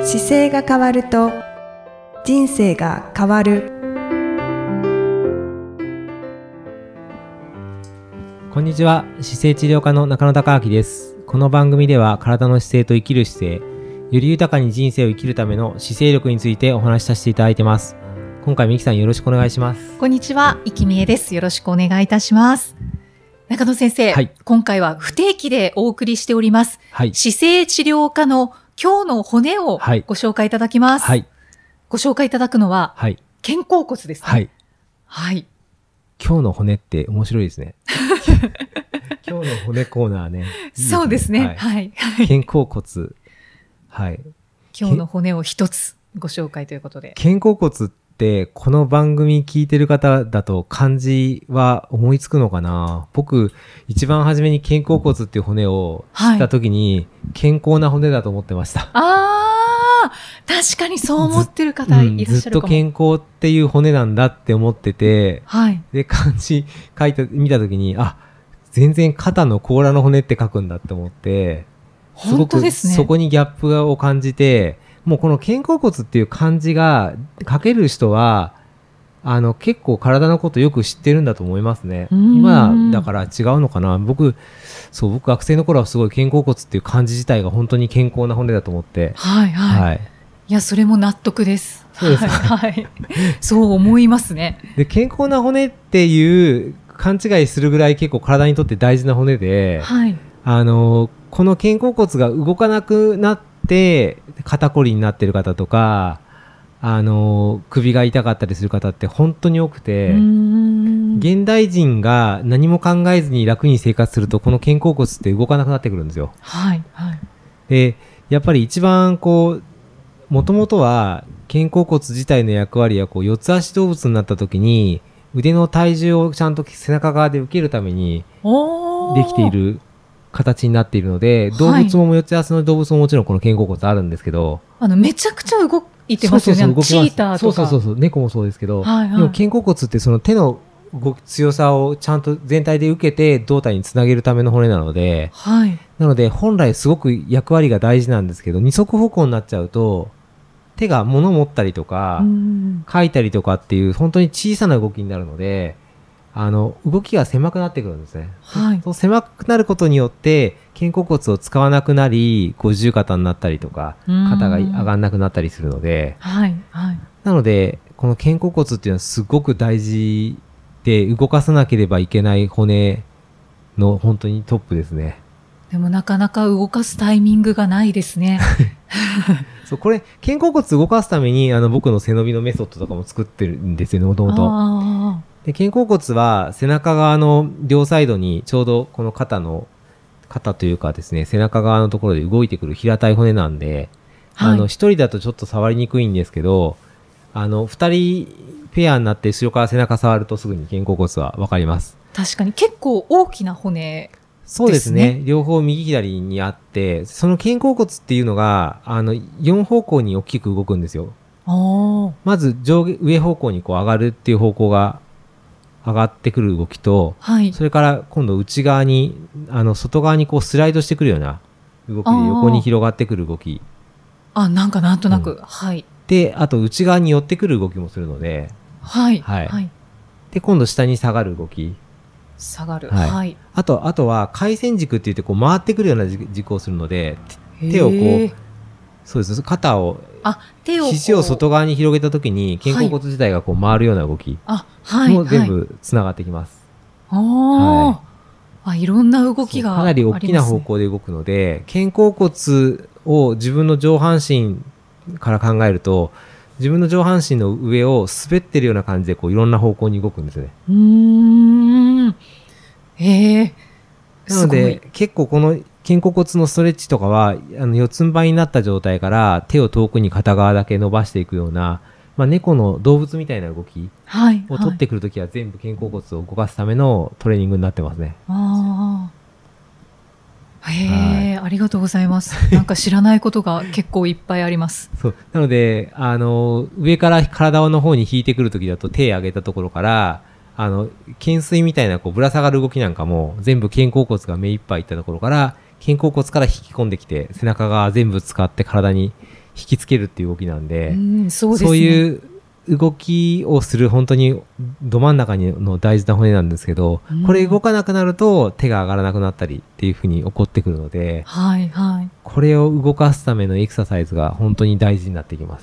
姿勢が変わると人生が変わる。 こんにちは。姿勢治療科の中野孝明です。この番組では体の姿勢と生きる姿勢、より豊かに人生を生きるための姿勢力についてお話しさせていただいてます。今回みきさんよろしくお願いします。 こんにちは、生きみえです。よろしくお願いいたします。中野先生、はい、今回は不定期でお送りしております、はい、姿勢治療科の今日の骨をご紹介いただきます。はい、ご紹介いただくのは、はい、肩甲骨ですね。はい。はい。 今日の骨って面白いですね。今日の骨コーナーね。 そうですね。はい。 肩甲骨。はい。 今日の骨を一つご紹介ということで。 肩甲骨ってこの番組聞いてる方だと漢字は思いつくのかな。僕一番初めに肩甲骨っていう骨を知った時に、健康な骨だと思ってました。 確かにそう思ってる方いらっしゃるかも。 ずっと健康っていう骨なんだって思ってて、はい、で漢字見た時に全然肩の甲羅の骨って書くんだって思って、すごくそこにギャップを感じて、もうこの肩甲骨っていう漢字が書ける人は結構体のことよく知ってるんだと思いますね。今だから違うのかな。僕学生の頃はすごい肩甲骨っていう漢字自体が本当に健康な骨だと思って、 はいはい、はい、いやそれも納得です。 そうですか、 はい、そう思いますね。 で健康な骨っていう勘違いするぐらい結構体にとって大事な骨で、はい、この肩甲骨が動かなくなって肩こりになってる方とか首が痛かったりする方って本当に多くて、現代人が何も考えずに楽に生活するとこの肩甲骨って動かなくなってくるんですよ。はいはい、でやっぱり一番もともとは肩甲骨自体の役割は四つ足動物になった時に腕の体重をちゃんと背中側で受けるためにできている形になっているので、動物も四つ足の動物ももちろんこの肩甲骨あるんですけど、 めちゃくちゃ動いてますよね。チーターとかそう猫もそうですけど、はいはい、でも肩甲骨ってその手の動き強さをちゃんと全体で受けて胴体につなげるための骨なので、はい、なので本来すごく役割が大事なんですけど、二足歩行になっちゃうと手が物持ったりとか書いたりとかっていう本当に小さな動きになるので、動きが狭くなってくるんですね。はい、そう狭くなることによって肩甲骨を使わなくなり五十肩になったりとか肩が上がんなくなったりするので、はいはい、なのでこの肩甲骨っていうのはすごく大事で動かさなければいけない骨の本当にトップですね。 でもなかなか動かすタイミングがないですね。 そうこれ肩甲骨動かすために僕の背伸びのメソッドとかも作ってるんですよね、もともと。で肩甲骨は背中側の両サイドにちょうどこの肩というかですね、背中側のところで動いてくる平たい骨なんで、はい、一人だとちょっと触りにくいんですけど、二人ペアになって後ろから背中触るとすぐに肩甲骨は分かります。 確かに結構大きな骨ですね。 そうですね、両方右左にあって、その肩甲骨っていうのが4方向に大きく動くんですよ。まず上方向に上がるっていう方向が上がってくる動きと、はい、それから今度内側に外側にスライドしてくるような動きで横に広がってくる動き、 なんとなく、はい、であと内側に寄ってくる動きもするので、 はいはいはい、 で今度下に下がる動き、 下がる、 はいはい、あとは回旋軸っていって回ってくるような軸をするので、手をそうです、肩を肘を外側に広げたときに肩甲骨自体が回るような動きも全部つながってきます。 はい、いろんな動きがありますね。 かなり大きな方向で動くので、肩甲骨を自分の上半身から考えると、自分の上半身の上を滑ってるような感じでいろんな方向に動くんですね。なので結構この肩甲骨のストレッチとかは四つん這いになった状態から手を遠くに片側だけ伸ばしていくような、猫の動物みたいな動きを取ってくるときは全部肩甲骨を動かすためのトレーニングになってますね。 ありがとうございます。なんか知らないことが結構いっぱいあります。 そうなので上から体の方に引いてくるときだと手を上げたところから懸垂みたいなぶら下がる動きなんかも全部肩甲骨が目いっぱいいったところから肩甲骨から引き込んできて背中側全部使って体に引きつけるっていう動きなんで、 そうですね、 そういう動きをする本当にど真ん中の大事な骨なんですけど、これ動かなくなると手が上がらなくなったりっていうふうに起こってくるので、 はいはい、 これを動かすためのエクササイズが本当に大事になってきます。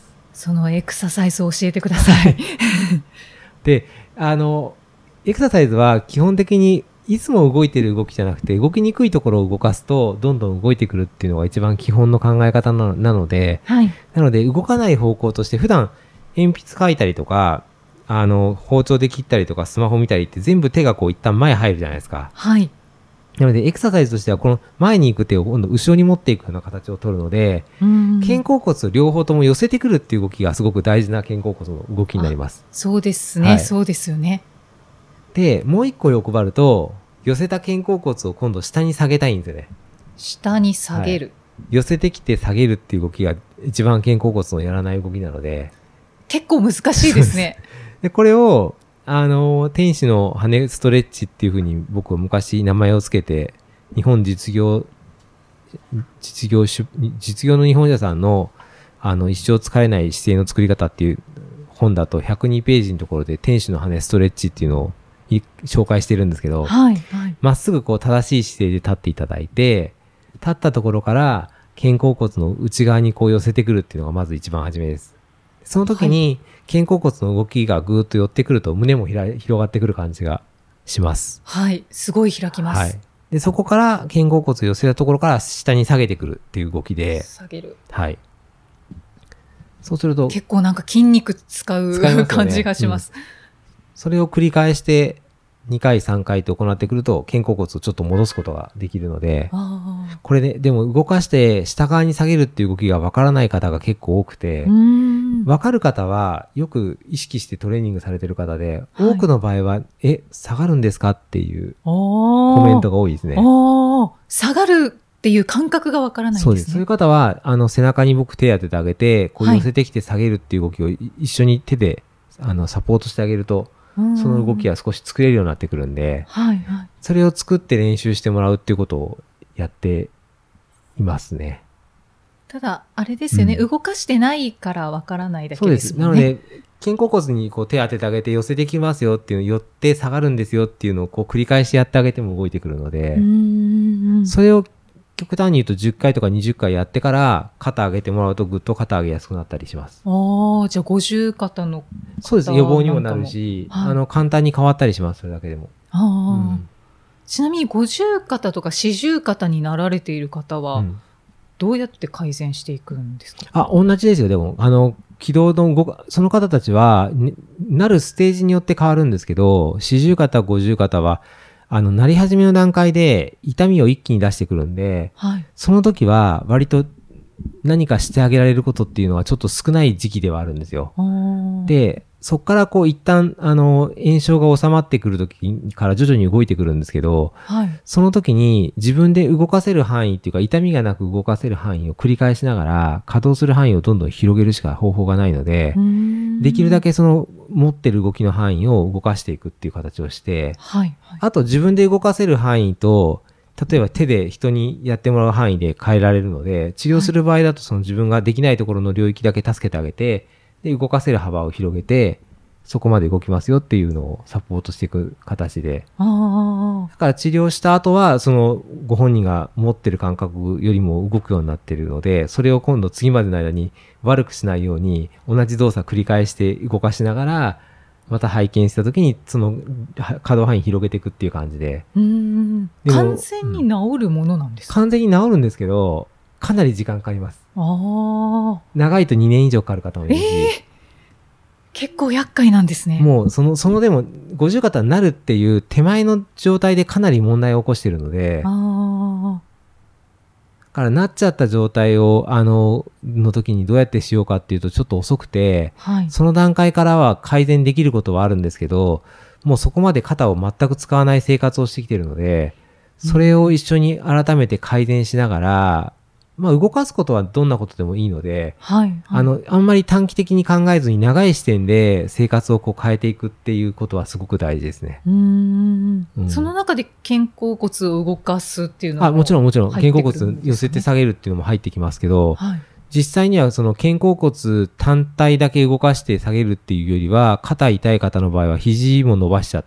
そのエクササイズを教えてください。 で、エクササイズは基本的にいつも動いてる動きじゃなくて、動きにくいところを動かすとどんどん動いてくるっていうのが一番基本の考え方なので、 はい、 なので動かない方向として普段鉛筆書いたりとか包丁で切ったりとかスマホ見たりって全部手がこう一旦前入るじゃないですか。 はい。 なのでエクササイズとしてはこの前に行く手を今度後ろに持っていくような形を取るので、肩甲骨を両方とも寄せてくるっていう動きがすごく大事な肩甲骨の動きになります。 そうですね、はい、そうですよね。 でもう一個欲張ると、寄せた肩甲骨を今度下に下げたいんですよね。 下に下げる、はい、 寄せてきて下げるっていう動きが一番肩甲骨のやらない動きなので、 結構難しいですね。 でこれを天使の羽ストレッチっていうふうに僕は昔名前をつけて、日本実業の日本社さんの一生疲れない姿勢の作り方っていう本だと102ページのところで天使の羽ストレッチっていうのを紹介してるんですけど、 はいはい、 まっすぐこう正しい姿勢で立っていただいて、立ったところから肩甲骨の内側にこう寄せてくるっていうのがまず一番初めです。その時に肩甲骨の動きがぐーっと寄ってくると胸も広がってくる感じがします。 はい、すごい開きます。はい、 でそこから肩甲骨を寄せたところから下に下げてくるっていう動きで、 下げる。 はい。そうすると結構なんか筋肉使う感じがします。 それを繰り返して2回3回と行ってくると肩甲骨をちょっと戻すことができるので、これね、でも動かして下側に下げるっていう動きがわからない方が結構多くて、わかる方はよく意識してトレーニングされてる方で、はい、多くの場合は下がるんですかっていうコメントが多いですね。 下がるっていう感覚がわからないんですね。 そうです。そういう方は背中に僕手当ててあげて、こう寄せてきて下げるっていう動きを一緒に手でサポートしてあげると、その動きは少し作れるようになってくるんで、はいはい、それを作って練習してもらうっていうことをやっていますね。 ただあれですよね、動かしてないからわからないだけですもんね。 そうです。なので肩甲骨にこう手当ててあげて寄せてきますよっていうのを寄って下がるんですよっていうのをこう繰り返しやってあげても動いてくるので、それを極端に言うと10回とか20回やってから肩上げてもらうとぐっと肩上げやすくなったりします。 じゃあ50肩の方。 そうです。予防にもなるし、はい、簡単に変わったりします。それだけでも。 ちなみに50肩とか40肩になられている方は、どうやって改善していくんですか？ 同じですよ。でも軌道のその方たちは、なるステージによって変わるんですけど、40肩50肩はなり始めの段階で痛みを一気に出してくるんで、はい、その時は割と何かしてあげられることっていうのはちょっと少ない時期ではあるんですよ。で、そこからこう一旦炎症が収まってくる時から徐々に動いてくるんですけど、はい、その時に自分で動かせる範囲っていうか痛みがなく動かせる範囲を繰り返しながら稼働する範囲をどんどん広げるしか方法がないので、できるだけその持ってる動きの範囲を動かしていくっていう形をして、はいはい、あと自分で動かせる範囲と例えば手で人にやってもらう範囲で変えられるので、治療する場合だとその自分ができないところの領域だけ助けてあげて、で動かせる幅を広げてそこまで動きますよっていうのをサポートしていく形で、だから治療した後はそのご本人が持ってる感覚よりも動くようになっているので、それを今度次までの間に悪くしないように同じ動作繰り返して動かしながらまた拝見した時にその可動範囲広げていくっていう感じで。 完全に治るものなんですか？ 完全に治るんですけどかなり時間かかります。長いと2年以上かかる方もいるし、 結構厄介なんですね。 もうそのでも50肩になるっていう手前の状態でかなり問題を起こしているので、だからなっちゃった状態をの時にどうやってしようかっていうとちょっと遅くて、はい、その段階からは改善できることはあるんですけど、もうそこまで肩を全く使わない生活をしてきているので、それを一緒に改めて改善しながら、動かすことはどんなことでもいいので、はいはい、あんまり短期的に考えずに長い視点で生活をこう変えていくっていうことはすごく大事ですね。 その中で肩甲骨を動かすっていうのはもちろん肩甲骨寄せて下げるっていうのも入ってきますけど、はい、 実際にはその肩甲骨単体だけ動かして下げるっていうよりは、肩痛い方の場合は肘も伸ばしちゃって、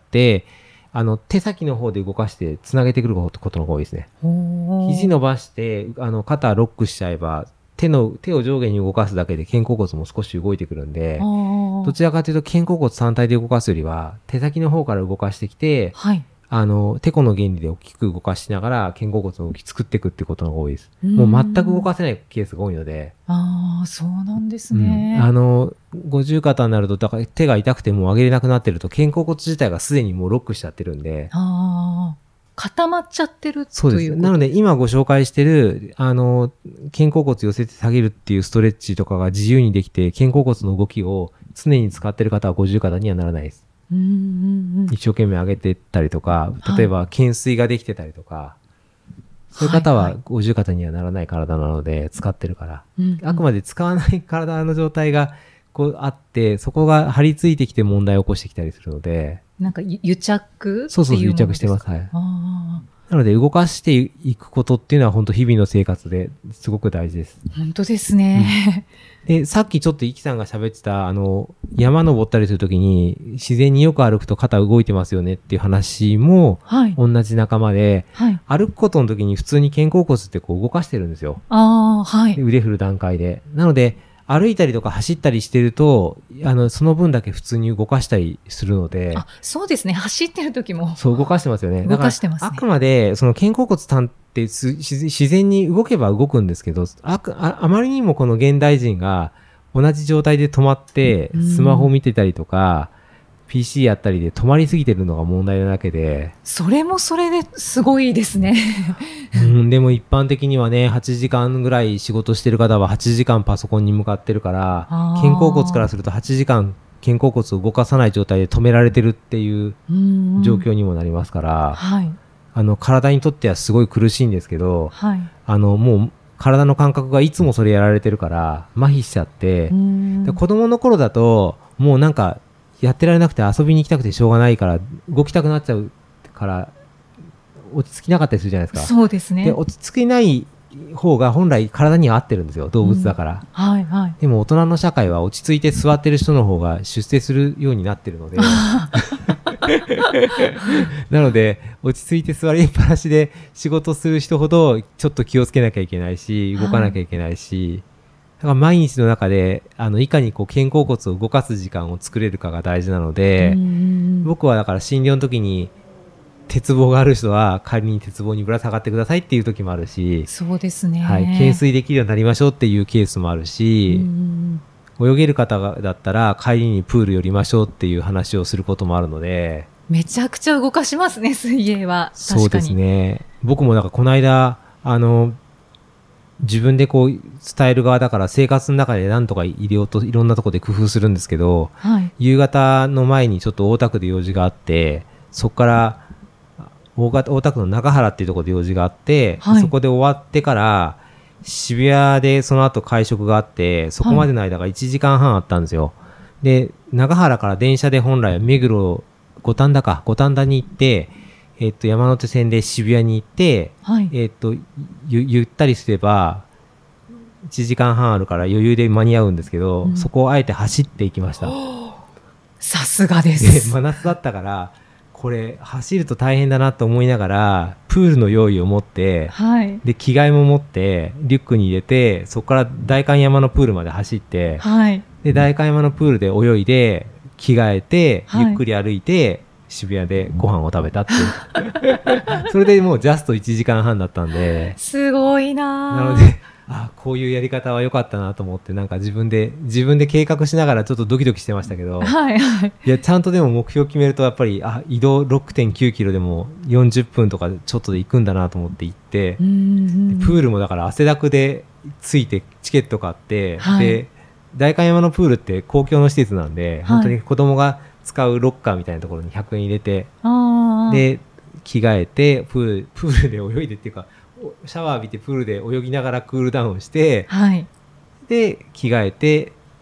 手先の方で動かしてつなげてくることの方が多いですね。肘伸ばして、肩ロックしちゃえば、手を上下に動かすだけで肩甲骨も少し動いてくるんで、どちらかというと肩甲骨単体で動かすよりは、手先の方から動かしてきて、はい、テコの原理で大きく動かしながら肩甲骨の動き作っていくってことが多いです。もう全く動かせないケースが多いので。 そうなんですね。 五十肩になると、だから手が痛くてもう上げれなくなってると、肩甲骨自体がすでにもうロックしちゃってるんで。 固まっちゃってるという。 そうです。なので今ご紹介してる、肩甲骨寄せて下げるっていうストレッチとかが自由にできて、肩甲骨の動きを常に使ってる方は五十肩にはならないです。一生懸命上げてったりとか、例えば懸垂ができてたりとか、そういう方は五十肩にはならない体なので使ってるから、あくまで使わない体の状態がこうあって、そこが張り付いてきて問題を起こしてきたりするので、 なんか癒着？ そう癒着してます。はい。なので動かしていくことっていうのは本当日々の生活ですごく大事です。 本当ですね。 で、さっきちょっとイキさんが喋ってた山登ったりするときに自然によく歩くと肩動いてますよねっていう話も同じ仲間で、歩くことの時に普通に肩甲骨ってこう動かしてるんですよ。腕振る段階で。なので歩いたりとか走ったりしてると、その分だけ普通に動かしたりするので。 そうですね。走ってる時も。 そう、動かしてますよね。 動かしてますね。 あくまで、その肩甲骨単って自然に動けば動くんですけど、あまりにもこの現代人が同じ状態で止まって、スマホ見てたりとか、PC やったりで止まりすぎてるのが問題なだけで。 それもそれですごいですね。 でも一般的にはね、8時間ぐらい仕事してる方は8時間パソコンに向かってるから、肩甲骨からすると8時間肩甲骨を動かさない状態で止められてるっていう状況にもなりますから、体にとってはすごい苦しいんですけど、もう体の感覚がいつもそれやられてるから麻痺しちゃって、で子供の頃だともうなんかやってられなくて遊びに行きたくてしょうがないから動きたくなっちゃうから落ち着きなかったりするじゃないですか。 そうですね。 で落ち着きない方が本来体には合ってるんですよ、動物だから、でも大人の社会は落ち着いて座ってる人の方が出世するようになってるのでなので落ち着いて座りっぱなしで仕事する人ほどちょっと気をつけなきゃいけないし動かなきゃいけないし、だから毎日の中でいかにこう肩甲骨を動かす時間を作れるかが大事なので、僕はだから診療の時に鉄棒がある人は仮に鉄棒にぶら下がってくださいっていう時もあるし、 そうですね、 懸垂できるようになりましょうっていうケースもあるし、泳げる方だったら帰りにプール寄りましょうっていう話をすることもあるので、 めちゃくちゃ動かしますね、水泳は。確かに。 そうですね。僕もなんかこの間自分でこう伝える側だから生活の中で何とか入れようといろんなところで工夫するんですけど、夕方の前にちょっと大田区で用事があって、そこから大田区の中原っていうところで用事があって、そこで終わってから渋谷でその後会食があって、そこまでの間が1時間半あったんですよ。で中原から電車で本来は目黒五反田に行って、山手線で渋谷に行って、ゆったりすれば1時間半あるから余裕で間に合うんですけど、そこをあえて走っていきました。 さすがです。 真夏だったからこれ走ると大変だなと思いながらプールの用意を持って、で着替えも持ってリュックに入れて、そこから代官山のプールまで走って、で代官山のプールで泳いで着替えて、ゆっくり歩いて渋谷でご飯を食べたっていうそれでもうジャスト1時間半だったんで、 すごいなのでこういうやり方は良かったなと思って、なんか自分で計画しながらちょっとドキドキしてましたけど、いやちゃんとでも目標決めるとやっぱり移動 6.9 キロでも40分とかちょっとで行くんだなと思って行って、プールもだから汗だくでついてチケット買って、で代官山のプールって公共の施設なんで、本当に子供が使うロッカーみたいなところに100円入れて、で着替えてプールで泳いでっていうかシャワー浴びてプールで泳ぎながらクールダウンして、で着替えて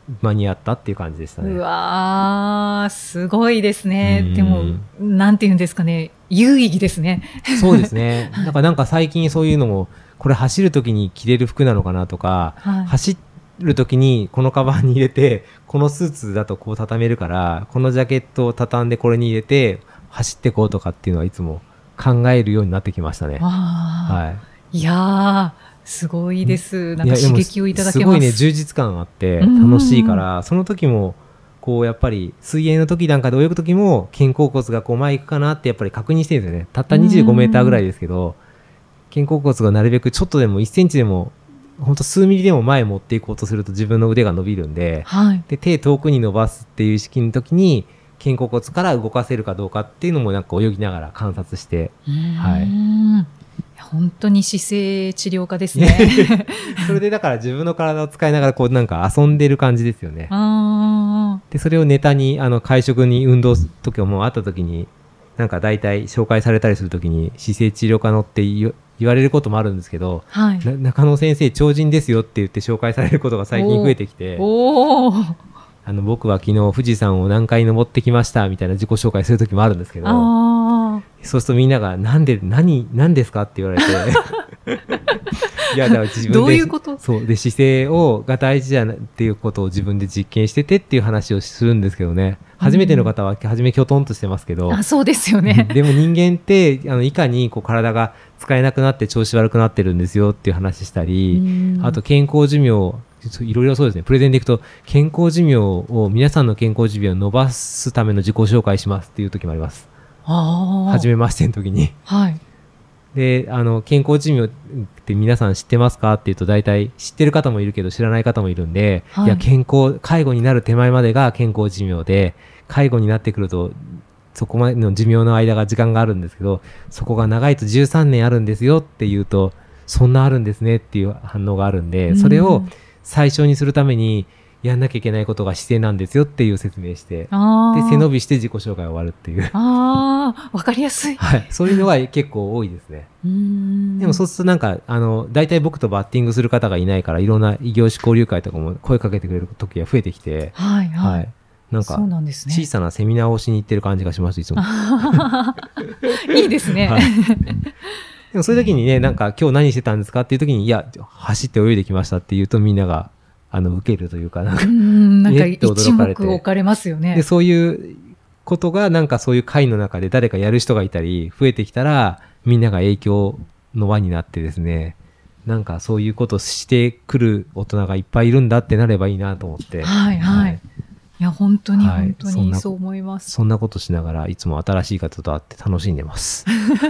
間に合ったっていう感じでしたね。 うわー、すごいですね。でもなんていうんですかね、有意義ですね。 そうですね。なんか最近そういうのも、これ走るときに着れる服なのかなとか、はい、走るときにこのカバンに入れて、このスーツだとこう畳めるから、このジャケットを畳んでこれに入れて走ってこうとかっていうのはいつも考えるようになってきましたね。はい。 いやー、すごいです。なんか刺激をいただけます。 すごいね、充実感あって楽しいから、その時もこうやっぱり水泳の時なんかで泳ぐ時も肩甲骨がこう前行くかなってやっぱり確認してるんですよね。たった25メーターぐらいですけど、肩甲骨がなるべくちょっとでも1センチでもほんと数ミリでも前持っていこうとすると自分の腕が伸びるんで、はい、で手遠くに伸ばすっていう意識の時に肩甲骨から動かせるかどうかっていうのもなんか泳ぎながら観察して、はい、 本当に姿勢治療家ですね。 それでだから自分の体を使いながらこうなんか遊んでる感じですよね。でそれをネタに会食に運動とかもあった時になんか大体紹介されたりする時に姿勢治療家のって言われることもあるんですけど、はい、中野先生超人ですよって言って紹介されることが最近増えてきて、僕は昨日富士山を何回登ってきましたみたいな自己紹介する時もあるんですけど、そうするとみんなが何ですかって言われていやだから自分でどういうこと？ そうで姿勢が大事だなっていうことを自分で実験しててっていう話をするんですけどね、初めての方は初めきょとんとしてますけど、 そうですよね。 でも人間っていかにこう体が使えなくなって調子悪くなってるんですよっていう話したり、あと健康寿命いろいろそうですね、プレゼンでいくと健康寿命を皆さんの健康寿命を伸ばすための自己紹介しますっていう時もあります。初めましての時に、はい、で健康寿命って皆さん知ってますかっていうと大体知ってる方もいるけど知らない方もいるんで、はい、いや介護になる手前までが健康寿命で介護になってくるとそこまでの寿命の間が時間があるんですけど、そこが長いと13年あるんですよっていうとそんなあるんですねっていう反応があるんで、それを最小にするためにやんなきゃいけないことが姿勢なんですよっていう説明して、で背伸びして自己紹介終わるっていう、 わかりやすい、 はい、そういうのが結構多いですね。でもそうするとなんか大体僕とバッティングする方がいないからいろんな異業種交流会とかも声かけてくれる時が増えてきて、はいはいはい、なんか小さなセミナーをしに行ってる感じがしますいつも。 いいですね、はい、 でもそういう時にね、なんか今日何してたんですかっていう時にいや走って泳いできましたって言うとみんなが受けるというかなんか一目置かれますよね。 でそういうことがなんかそういう会の中で誰かやる人がいたり増えてきたらみんなが影響の輪になってですね、なんかそういうことをしてくる大人がいっぱいいるんだってなればいいなと思って、 はいはい、いや本当に本当にそう思います。 そんなことしながらいつも新しい方と会って楽しんでます。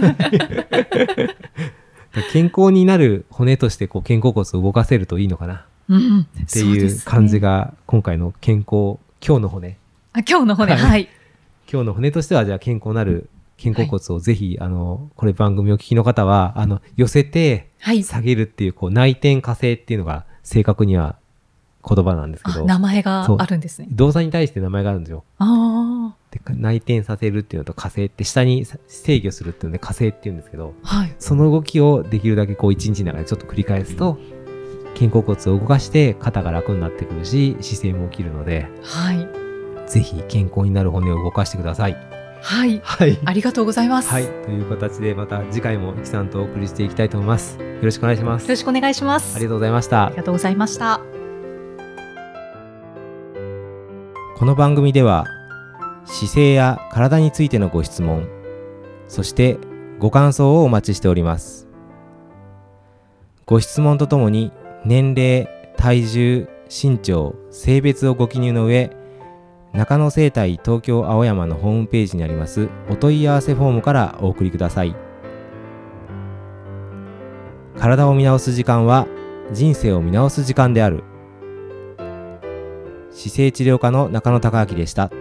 健康になる骨としてこう肩甲骨を動かせるといいのかなっていう感じが今回の今日の骨、 今日の骨、はい、 今日の骨としてはじゃあ健康なる肩甲骨をぜひ、これ番組を聞きの方は寄せて下げるっていう、こう内転下制っていうのが正確には言葉なんですけど、 名前があるんですね。 動作に対して名前があるんですよ。で内転させるっていうのと下制って下に制御するっていうので下制っていうんですけど、はい、その動きをできるだけこう一日の中でちょっと繰り返すと肩甲骨を動かして肩が楽になってくるし姿勢も起きるので、はい、ぜひ健康になる骨を動かしてください。 はい、はい、ありがとうございます。 はい、という形でまた次回もイキさんとお送りしていきたいと思います。よろしくお願いします。 よろしくお願いします。 ありがとうございました。 ありがとうございました。 この番組では姿勢や体についてのご質問、そしてご感想をお待ちしております。ご質問とともに年齢、体重、身長、性別をご記入の上、中野生態東京青山のホームページにありますお問い合わせフォームからお送りください。体を見直す時間は人生を見直す時間である。姿勢治療科の中野孝明でした。